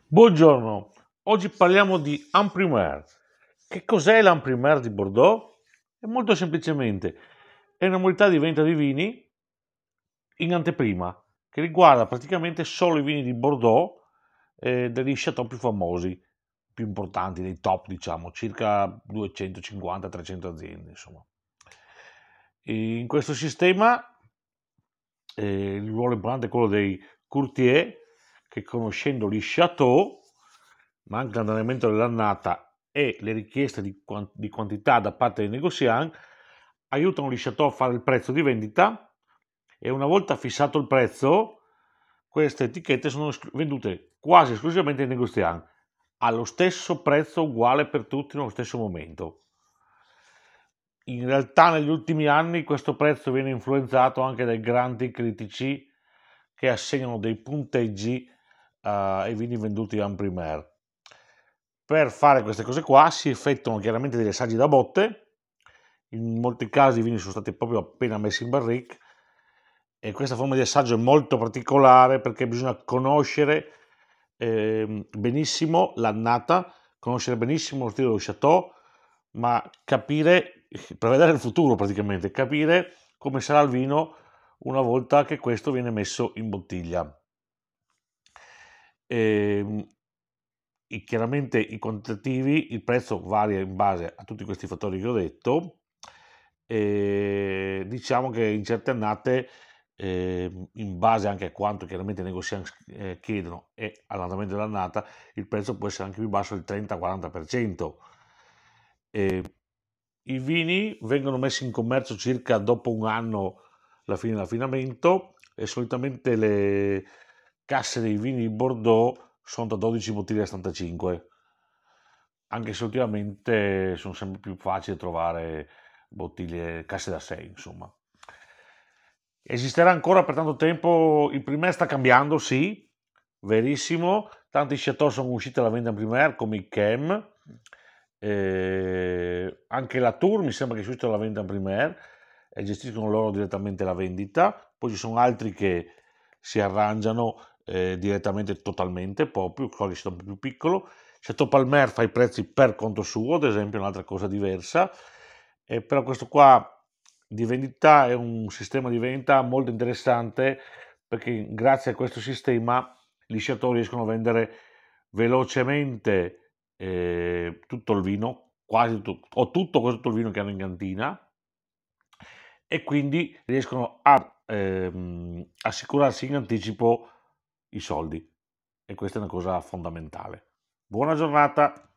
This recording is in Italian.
Buongiorno, oggi parliamo di Imprimeur. Che cos'è l'Imprimeur di Bordeaux? È molto semplicemente è una modalità di vendita di vini in anteprima che riguarda praticamente solo i vini di Bordeaux degli chateau più famosi, più importanti, dei top, diciamo, circa 250-300 aziende, insomma. In questo sistema il ruolo importante è quello dei courtier che, conoscendo gli chateau, ma anche l'andamento dell'annata e le richieste di quantità da parte dei negozianti, aiutano gli chateau a fare il prezzo di vendita e una volta fissato il prezzo, queste etichette sono vendute quasi esclusivamente ai negozianti, allo stesso prezzo uguale per tutti nello stesso momento. In realtà negli ultimi anni questo prezzo viene influenzato anche dai grandi critici che assegnano dei punteggi ai vini venduti en primeur. Per fare queste cose qua si effettuano chiaramente degli assaggi da botte, in molti casi i vini sono stati proprio appena messi in barrique e questa forma di assaggio è molto particolare perché bisogna conoscere benissimo l'annata, conoscere benissimo lo stile dello chateau, ma capire, prevedere il futuro praticamente, capire come sarà il vino una volta che questo viene messo in bottiglia. Chiaramente i quantitativi, il prezzo varia in base a tutti questi fattori che ho detto. Diciamo che in certe annate, in base anche a quanto chiaramente i negozianti chiedono e all'andamento dell'annata, il prezzo può essere anche più basso del 30-40%. I vini vengono messi in commercio circa dopo un anno la fine dell'affinamento e solitamente le casse dei vini di Bordeaux sono da 12 bottiglie a 75, anche se ultimamente sono sempre più facili trovare bottiglie, casse da 6, insomma. Esisterà ancora per tanto tempo, il primaire sta cambiando, sì, verissimo, tanti chateau sono usciti alla venda in primaire come i Chem, anche la Tour mi sembra che sia uscita alla venda in primaire e gestiscono loro direttamente la vendita, poi ci sono altri che si arrangiano direttamente totalmente, proprio, quelli sono un po' più piccolo. Chateau Palmer fa i prezzi per conto suo, ad esempio, è un'altra cosa diversa, però questo qua di vendita è un sistema di vendita molto interessante perché grazie a questo sistema gli sciatori riescono a vendere velocemente tutto il vino, quasi tutto, o tutto il vino che hanno in cantina e quindi riescono a assicurarsi in anticipo i soldi e questa è una cosa fondamentale. Buona giornata!